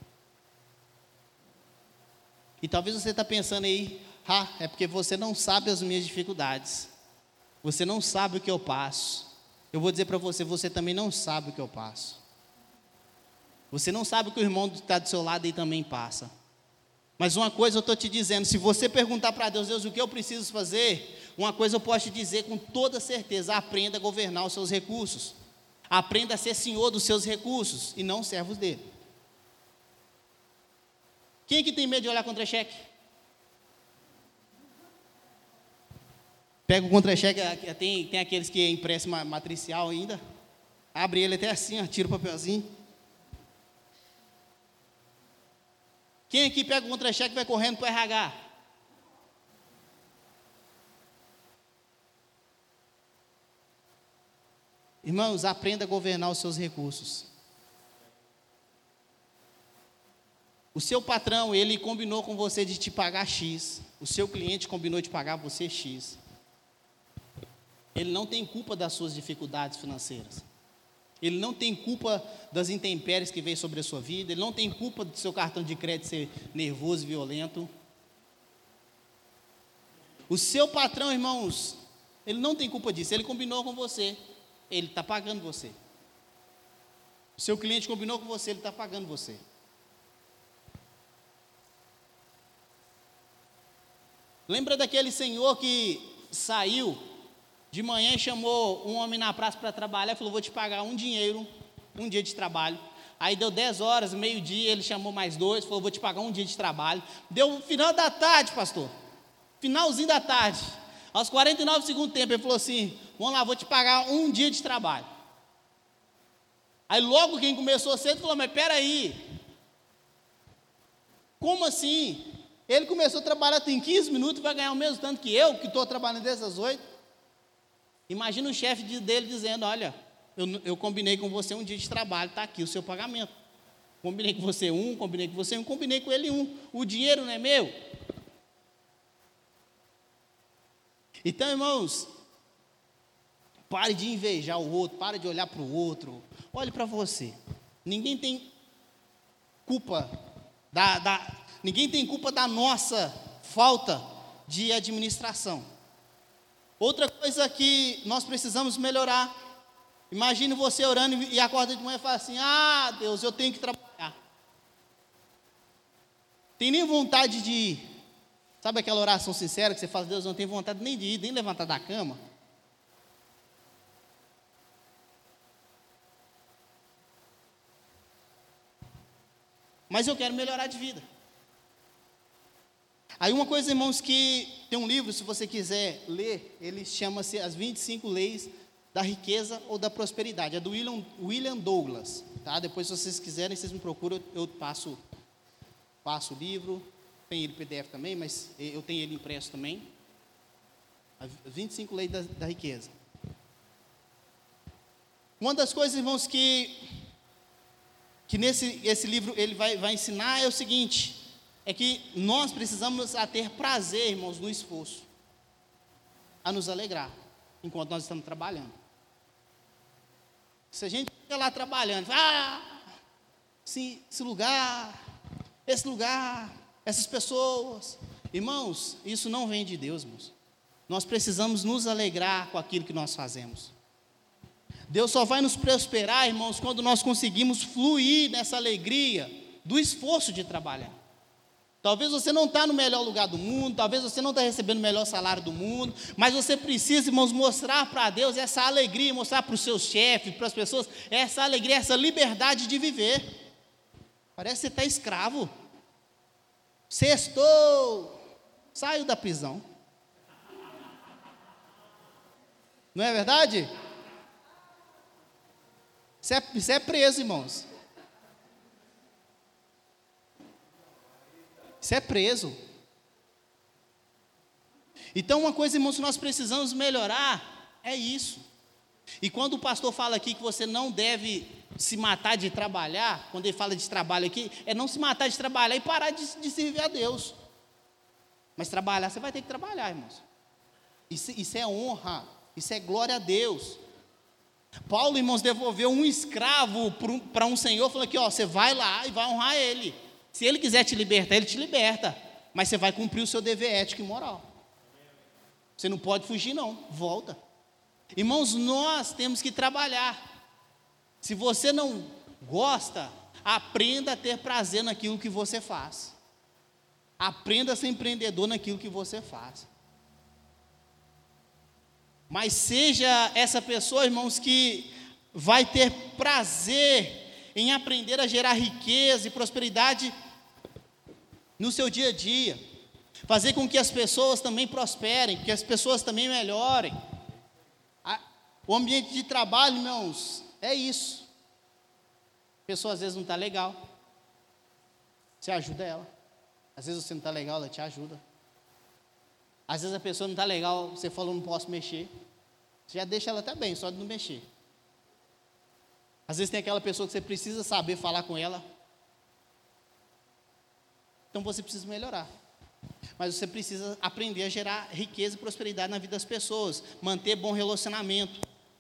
E talvez você está pensando aí, é porque você não sabe as minhas dificuldades. Você não sabe o que eu passo. Eu vou dizer para você, você também não sabe o que eu passo. Você não sabe o que o irmão que está do seu lado aí também passa. Mas uma coisa eu estou te dizendo, se você perguntar para Deus, Deus, o que eu preciso fazer? Uma coisa eu posso te dizer com toda certeza, aprenda a governar os seus recursos. Aprenda a ser senhor dos seus recursos e não servos dele. Quem é que tem medo de olhar contra-cheque? Pega o contra-cheque, tem aqueles que é empréstimo matricial ainda. Abre ele até assim, tira o papelzinho. Quem aqui pega o contra-cheque e vai correndo para o RH? Irmãos, aprenda a governar os seus recursos. O seu patrão, ele combinou com você de te pagar X. O seu cliente combinou de pagar você X. Ele não tem culpa das suas dificuldades financeiras. Ele não tem culpa das intempéries que veio sobre a sua vida. Ele não tem culpa do seu cartão de crédito ser nervoso e violento. O seu patrão, irmãos, ele não tem culpa disso. Ele combinou com você. Ele está pagando você. O seu cliente combinou com você, ele está pagando você. Lembra daquele senhor que saiu de manhã e chamou um homem na praça para trabalhar e falou, vou te pagar um dia de trabalho. Aí deu 10 horas, meio-dia, ele chamou mais 2, falou, vou te pagar um dia de trabalho. Deu final da tarde, pastor. Finalzinho da tarde. Aos 49 do segundo tempo, ele falou assim, vamos lá, vou te pagar um dia de trabalho. Aí logo quem começou cedo falou, mas peraí, como assim? Ele começou a trabalhar tem 15 minutos, vai ganhar o mesmo tanto que eu, que estou trabalhando desde as 8. Imagina o chefe dele dizendo, olha, eu combinei com você um dia de trabalho, está aqui o seu pagamento. Combinei com você combinei com ele um. O dinheiro não é meu? Então, irmãos, pare de invejar o outro, pare de olhar para o outro, olhe para você. Ninguém tem culpa ninguém tem culpa da nossa falta de administração. Outra coisa que nós precisamos melhorar, imagine você orando e acorda de manhã e fala assim, Deus, eu tenho que trabalhar. Tem nem vontade de ir. Sabe aquela oração sincera que você fala, Deus, não tenho vontade nem de ir, nem levantar da cama? Mas eu quero melhorar de vida. Aí uma coisa, irmãos, que tem um livro, se você quiser ler, ele chama-se As 25 Leis da Riqueza ou da Prosperidade. É do William Douglas. Tá? Depois, se vocês quiserem, vocês me procuram, eu passo o livro. Tem ele PDF também, mas eu tenho ele impresso também. As 25 Leis da Riqueza. Uma das coisas, irmãos, que esse livro ele vai ensinar é o seguinte, é que nós precisamos ter prazer, irmãos, no esforço, a nos alegrar, enquanto nós estamos trabalhando. Se a gente fica lá trabalhando, esse lugar, essas pessoas, irmãos, isso não vem de Deus, irmãos. Nós precisamos nos alegrar com aquilo que nós fazemos. Deus só vai nos prosperar, irmãos, quando nós conseguimos fluir nessa alegria do esforço de trabalhar. Talvez você não está no melhor lugar do mundo, talvez você não está recebendo o melhor salário do mundo, mas você precisa, irmãos, mostrar para Deus essa alegria, mostrar para os seus chefes, para as pessoas, essa alegria, essa liberdade de viver. Parece que você está escravo. Sextou, saiu da prisão. Não é verdade? Você é preso, irmãos. Você é preso. Então, uma coisa, irmãos, que nós precisamos melhorar é isso. E quando o pastor fala aqui que você não deve se matar de trabalhar, quando ele fala de trabalho aqui, é não se matar de trabalhar e parar de servir a Deus. Mas trabalhar, você vai ter que trabalhar, irmãos. Isso é honra, isso é glória a Deus. Paulo, irmãos, devolveu um escravo para um senhor, falando aqui, ó, você vai lá e vai honrar ele. Se ele quiser te libertar, ele te liberta. Mas você vai cumprir o seu dever ético e moral. Você não pode fugir, não. Volta. Irmãos, nós temos que trabalhar. Se você não gosta, aprenda a ter prazer naquilo que você faz. Aprenda a ser empreendedor naquilo que você faz. Mas seja essa pessoa, irmãos, que vai ter prazer em aprender a gerar riqueza e prosperidade no seu dia a dia, fazer com que as pessoas também prosperem, que as pessoas também melhorem. O ambiente de trabalho, irmãos, é isso. A pessoa às vezes não está legal, você ajuda ela. Às vezes você não está legal, ela te ajuda. Às vezes a pessoa não está legal, você falou, não posso mexer. Você já deixa ela até bem, só de não mexer. Às vezes tem aquela pessoa que você precisa saber falar com ela. Então você precisa melhorar. Mas você precisa aprender a gerar riqueza e prosperidade na vida das pessoas. Manter bom relacionamento.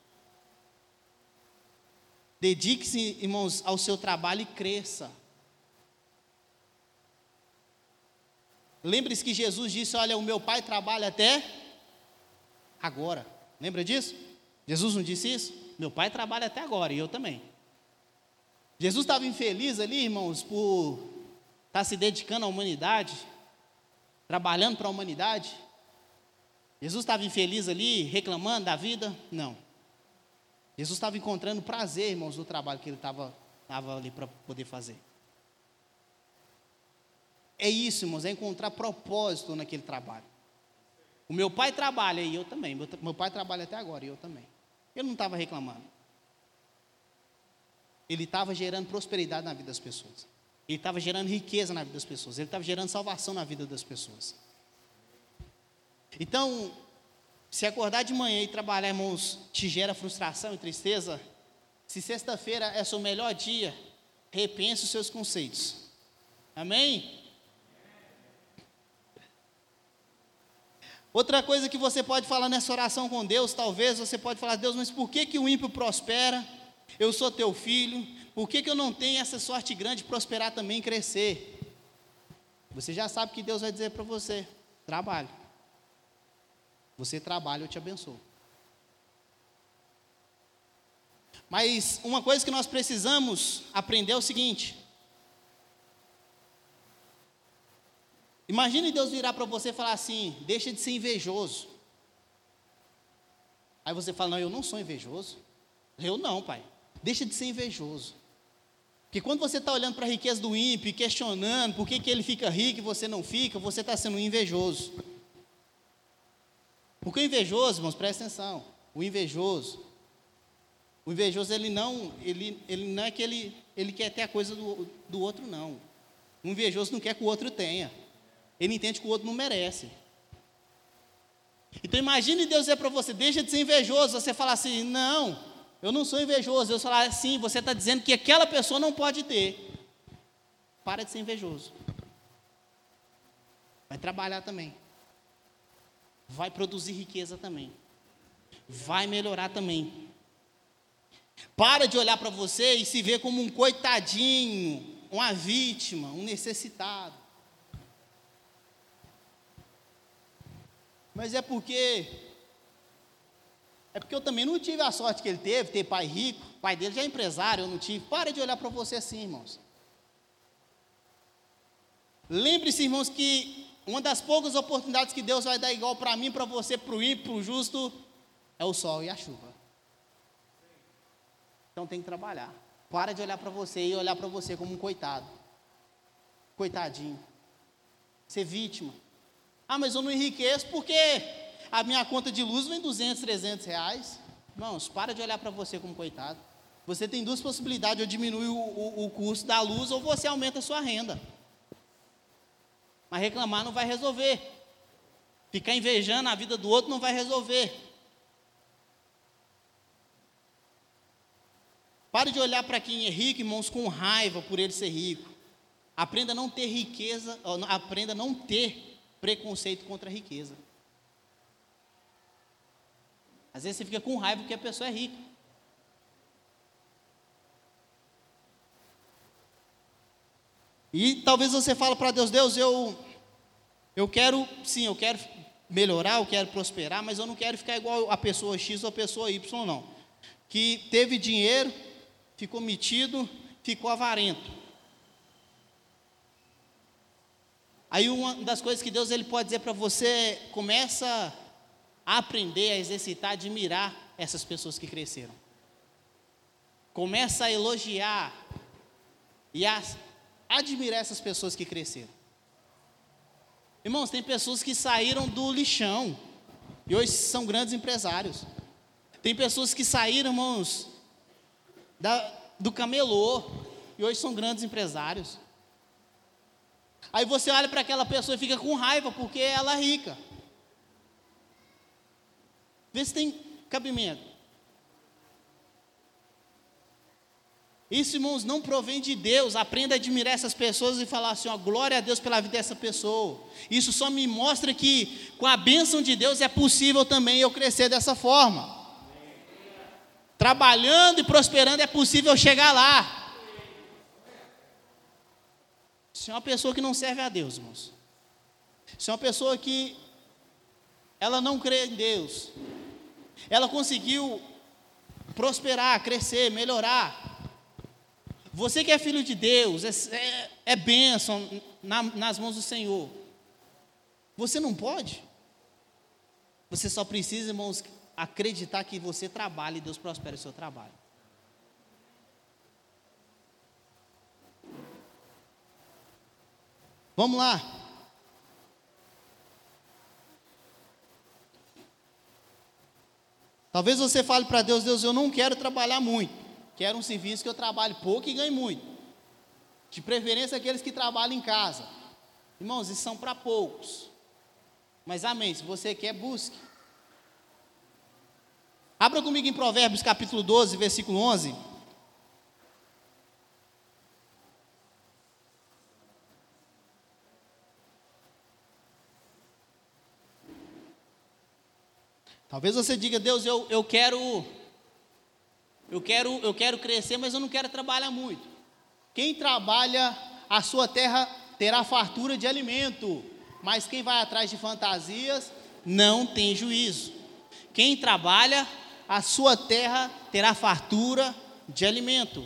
Dedique-se, irmãos, ao seu trabalho e cresça. Lembre-se que Jesus disse, olha, o meu Pai trabalha até agora. Lembra disso? Jesus não disse isso? Meu Pai trabalha até agora, e eu também. Jesus estava infeliz ali, irmãos, por estar se dedicando à humanidade, trabalhando para a humanidade. Jesus estava infeliz ali, reclamando da vida? Não. Jesus estava encontrando prazer, irmãos, no trabalho que ele estava ali para poder fazer. É isso, irmãos, é encontrar propósito naquele trabalho. O meu pai trabalha e eu também. Meu pai trabalha até agora e eu também. Ele não estava reclamando. Ele estava gerando prosperidade na vida das pessoas. Ele estava gerando riqueza na vida das pessoas. Ele estava gerando salvação na vida das pessoas. Então, se acordar de manhã e trabalhar, irmãos, te gera frustração e tristeza, se sexta-feira é seu melhor dia, repense os seus conceitos. Amém? Outra coisa que você pode falar nessa oração com Deus, talvez você pode falar, Deus, mas por que o ímpio prospera? Eu sou teu filho, por que eu não tenho essa sorte grande de prosperar também e crescer? Você já sabe que Deus vai dizer para você, trabalhe. Você trabalha, eu te abençoo. Mas uma coisa que nós precisamos aprender é o seguinte. Imagine Deus virar para você e falar assim, deixa de ser invejoso. Aí você fala, não, eu não sou invejoso. Eu não, pai. Deixa de ser invejoso. Porque quando você está olhando para a riqueza do ímpio e questionando por que ele fica rico e você não fica, você está sendo um invejoso. Porque o invejoso, irmãos, presta atenção. O invejoso ele não é que ele quer ter a coisa do outro, não. O invejoso não quer que o outro tenha. Ele entende que o outro não merece. Então imagine Deus dizer para você, deixa de ser invejoso. Você falar assim, não, eu não sou invejoso. Deus falar assim, você está dizendo que aquela pessoa não pode ter. Para de ser invejoso. Vai trabalhar também. Vai produzir riqueza também. Vai melhorar também. Para de olhar para você e se ver como um coitadinho, uma vítima, um necessitado. Mas é porque eu também não tive a sorte que ele teve, ter pai rico, o pai dele já é empresário, eu não tive. Para de olhar para você assim, irmãos. Lembre-se, irmãos, que uma das poucas oportunidades que Deus vai dar igual para mim, para você, para o ímpio, para o justo, é o sol e a chuva. Então tem que trabalhar. Para de olhar para você e olhar para você como um coitado. Coitadinho. Ser vítima. Ah, mas eu não enriqueço porque a minha conta de luz vem 200, 300 reais. Irmãos, para de olhar para você como coitado. Você tem duas possibilidades: ou diminui o custo da luz, ou você aumenta a sua renda. Mas reclamar não vai resolver. Ficar invejando a vida do outro não vai resolver. Pare de olhar para quem é rico, irmãos, com raiva por ele ser rico. Aprenda a não ter riqueza, aprenda a não ter preconceito contra a riqueza. Às vezes você fica com raiva porque a pessoa é rica. E talvez você fale para Deus: Deus, eu quero melhorar, eu quero prosperar, mas eu não quero ficar igual a pessoa X ou a pessoa Y, não. Que teve dinheiro, ficou metido, ficou avarento. Aí uma das coisas que Deus ele pode dizer para você é: começa a aprender, a exercitar, a admirar essas pessoas que cresceram. Começa a elogiar e a admirar essas pessoas que cresceram. Irmãos, tem pessoas que saíram do lixão e hoje são grandes empresários. Tem pessoas que saíram, irmãos, do camelô e hoje são grandes empresários. Aí você olha para aquela pessoa e fica com raiva porque ela é rica. Vê se tem cabimento. Isso, irmãos, não provém de Deus. Aprenda a admirar essas pessoas e falar assim: ó, glória a Deus pela vida dessa pessoa. Isso só me mostra que com a bênção de Deus é possível também eu crescer dessa forma. Trabalhando e prosperando é possível chegar lá. Isso é uma pessoa que não serve a Deus, irmãos. Isso é uma pessoa que ela não crê em Deus. Ela conseguiu prosperar, crescer, melhorar. Você que é filho de Deus, é bênção nas mãos do Senhor. Você não pode? Você só precisa, irmãos, acreditar que você trabalha e Deus prospera o seu trabalho. Vamos lá. Talvez você fale para Deus: Deus, eu não quero trabalhar muito. Quero um serviço que eu trabalhe pouco e ganhe muito. De preferência aqueles que trabalham em casa. Irmãos, isso são para poucos. Mas amém, se você quer, busque. Abra comigo em Provérbios capítulo 12, versículo 11. Talvez você diga: Deus, eu quero crescer, mas eu não quero trabalhar muito. Quem trabalha, a sua terra terá fartura de alimento, mas quem vai atrás de fantasias não tem juízo. Quem trabalha, a sua terra terá fartura de alimento.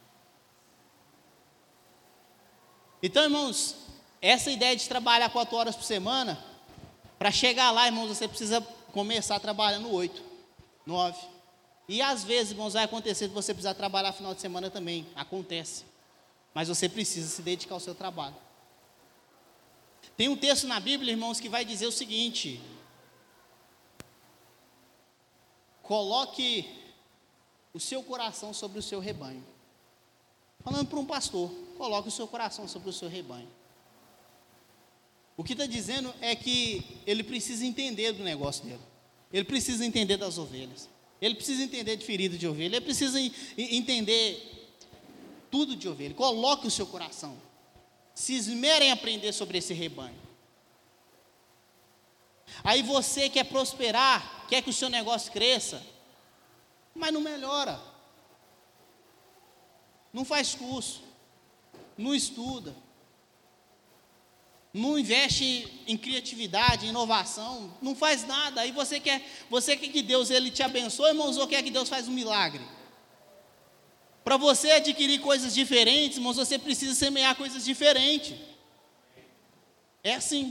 Então, irmãos, essa ideia de trabalhar 4 horas por semana, para chegar lá, irmãos, você precisa começar trabalhando 8, 9. E às vezes, irmãos, vai acontecer de você precisar trabalhar final de semana também. Acontece. Mas você precisa se dedicar ao seu trabalho. Tem um texto na Bíblia, irmãos, que vai dizer o seguinte: coloque o seu coração sobre o seu rebanho. Falando para um pastor, coloque o seu coração sobre o seu rebanho. O que está dizendo é que ele precisa entender do negócio dele. Ele precisa entender das ovelhas. Ele precisa entender de ferida de ovelha. Ele precisa entender tudo de ovelha. Coloque o seu coração. Se esmerem em aprender sobre esse rebanho. Aí você quer prosperar, quer que o seu negócio cresça, mas não melhora. Não faz curso, não estuda, não investe em criatividade, em inovação, não faz nada. Aí você quer que Deus ele te abençoe, irmãos, ou quer que Deus faça um milagre? Para você adquirir coisas diferentes, irmãos, você precisa semear coisas diferentes. É assim.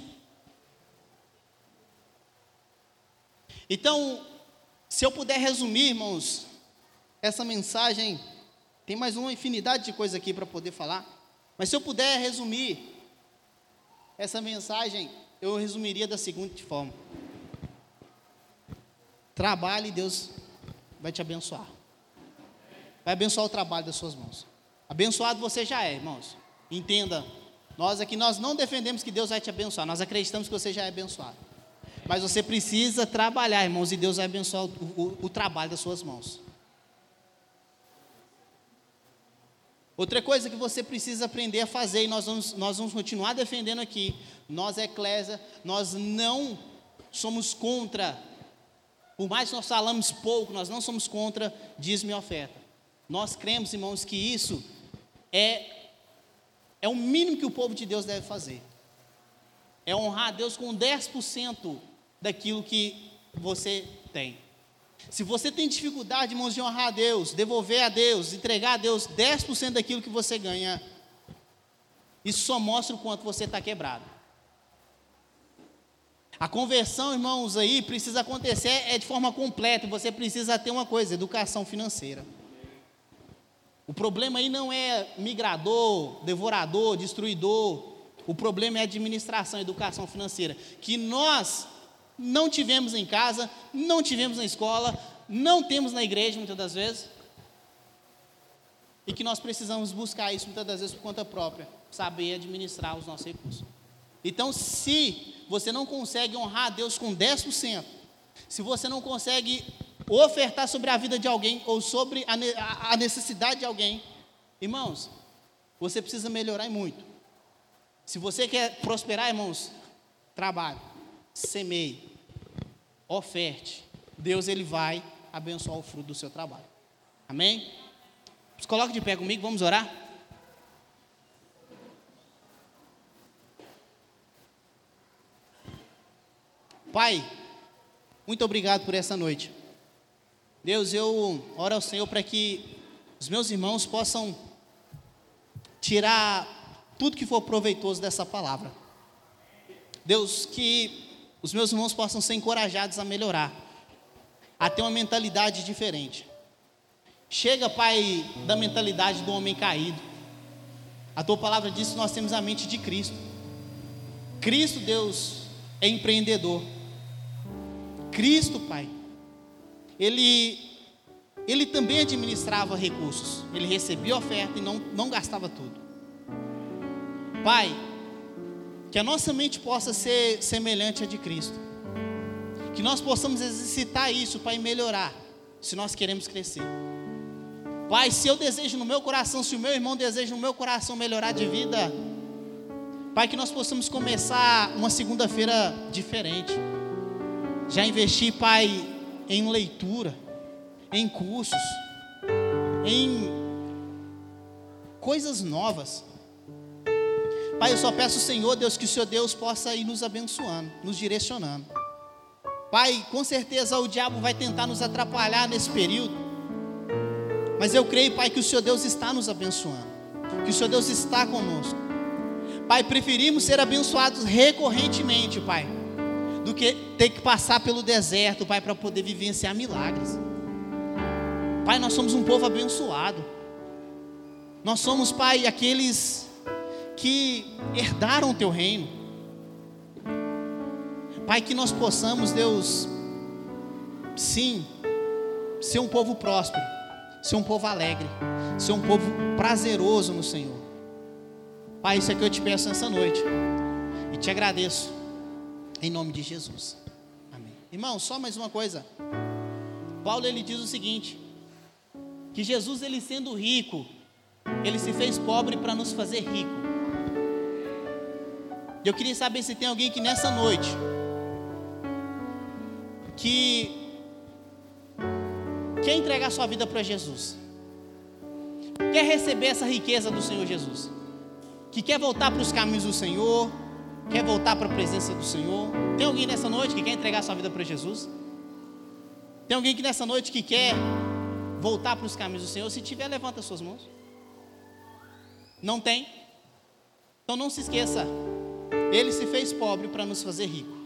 Então, se eu puder resumir, irmãos, essa mensagem, tem mais uma infinidade de coisas aqui para poder falar, mas se eu puder resumir essa mensagem, eu resumiria da seguinte forma: trabalhe e Deus vai te abençoar. Vai abençoar o trabalho das suas mãos. Abençoado você já é, irmãos. Entenda, nós aqui nós não defendemos que Deus vai te abençoar, nós acreditamos que você já é abençoado. Mas você precisa trabalhar, irmãos, e Deus vai abençoar o trabalho das suas mãos. Outra coisa que você precisa aprender a fazer, e nós vamos continuar defendendo aqui, nós, eclésia, nós não somos contra, por mais que nós falamos pouco, nós não somos contra dízimo e oferta. Nós cremos, irmãos, que isso é o mínimo que o povo de Deus deve fazer. É honrar a Deus com 10% daquilo que você tem. Se você tem dificuldade, irmãos, de honrar a Deus, devolver a Deus, entregar a Deus 10% daquilo que você ganha, isso só mostra o quanto você está quebrado. A conversão, irmãos, aí precisa acontecer de forma completa, e você precisa ter uma coisa: educação financeira. O problema aí não é migrador, devorador, destruidor. O problema é administração, educação financeira, que nós não tivemos em casa, não tivemos na escola, não temos na igreja muitas das vezes, e que nós precisamos buscar isso muitas das vezes por conta própria, saber administrar os nossos recursos. Então, se você não consegue honrar a Deus com 10%, se você não consegue ofertar sobre a vida de alguém, ou sobre a necessidade de alguém, irmãos, você precisa melhorar muito. Se você quer prosperar, irmãos, trabalhe, semeie, oferte. Deus, Ele vai abençoar o fruto do seu trabalho. Amém? Se coloque de pé comigo, vamos orar? Pai, muito obrigado por essa noite. Deus, eu oro ao Senhor para que os meus irmãos possam tirar tudo que for proveitoso dessa palavra. Deus, que os meus irmãos possam ser encorajados a melhorar, a ter uma mentalidade diferente. Chega, Pai, da mentalidade do homem caído. A Tua palavra diz que nós temos a mente de Cristo. Cristo, Deus, é empreendedor. Cristo, Pai, Ele também administrava recursos. Ele recebia oferta e não gastava tudo. Pai, que a nossa mente possa ser semelhante à de Cristo. Que nós possamos exercitar isso para melhorar, se nós queremos crescer. Pai, se eu desejo no meu coração, se o meu irmão deseja no meu coração melhorar de vida, Pai, que nós possamos começar uma segunda-feira diferente. Já investir, Pai, em leitura, em cursos, em coisas novas. Pai, eu só peço ao Senhor, Deus, que o Senhor Deus possa ir nos abençoando, nos direcionando. Pai, com certeza o diabo vai tentar nos atrapalhar nesse período, mas eu creio, Pai, que o Senhor Deus está nos abençoando, que o Senhor Deus está conosco. Pai, preferimos ser abençoados recorrentemente, Pai, do que ter que passar pelo deserto, Pai, para poder vivenciar milagres. Pai, nós somos um povo abençoado. Nós somos, Pai, aqueles que herdaram o Teu reino. Pai, que nós possamos, Deus, sim, ser um povo próspero, ser um povo alegre, ser um povo prazeroso no Senhor. Pai, isso é que eu te peço nessa noite, e te agradeço, em nome de Jesus, amém. Irmão, só mais uma coisa. Paulo, ele diz o seguinte, que Jesus, ele sendo rico, ele se fez pobre para nos fazer rico. Eu queria saber se tem alguém que nessa noite que quer entregar sua vida para Jesus, quer receber essa riqueza do Senhor Jesus, que quer voltar para os caminhos do Senhor, quer voltar para a presença do Senhor. Tem alguém nessa noite que quer entregar sua vida para Jesus? Tem alguém que nessa noite que quer voltar para os caminhos do Senhor? Se tiver, levanta suas mãos. Não tem? Então não se esqueça, Ele se fez pobre para nos fazer rico.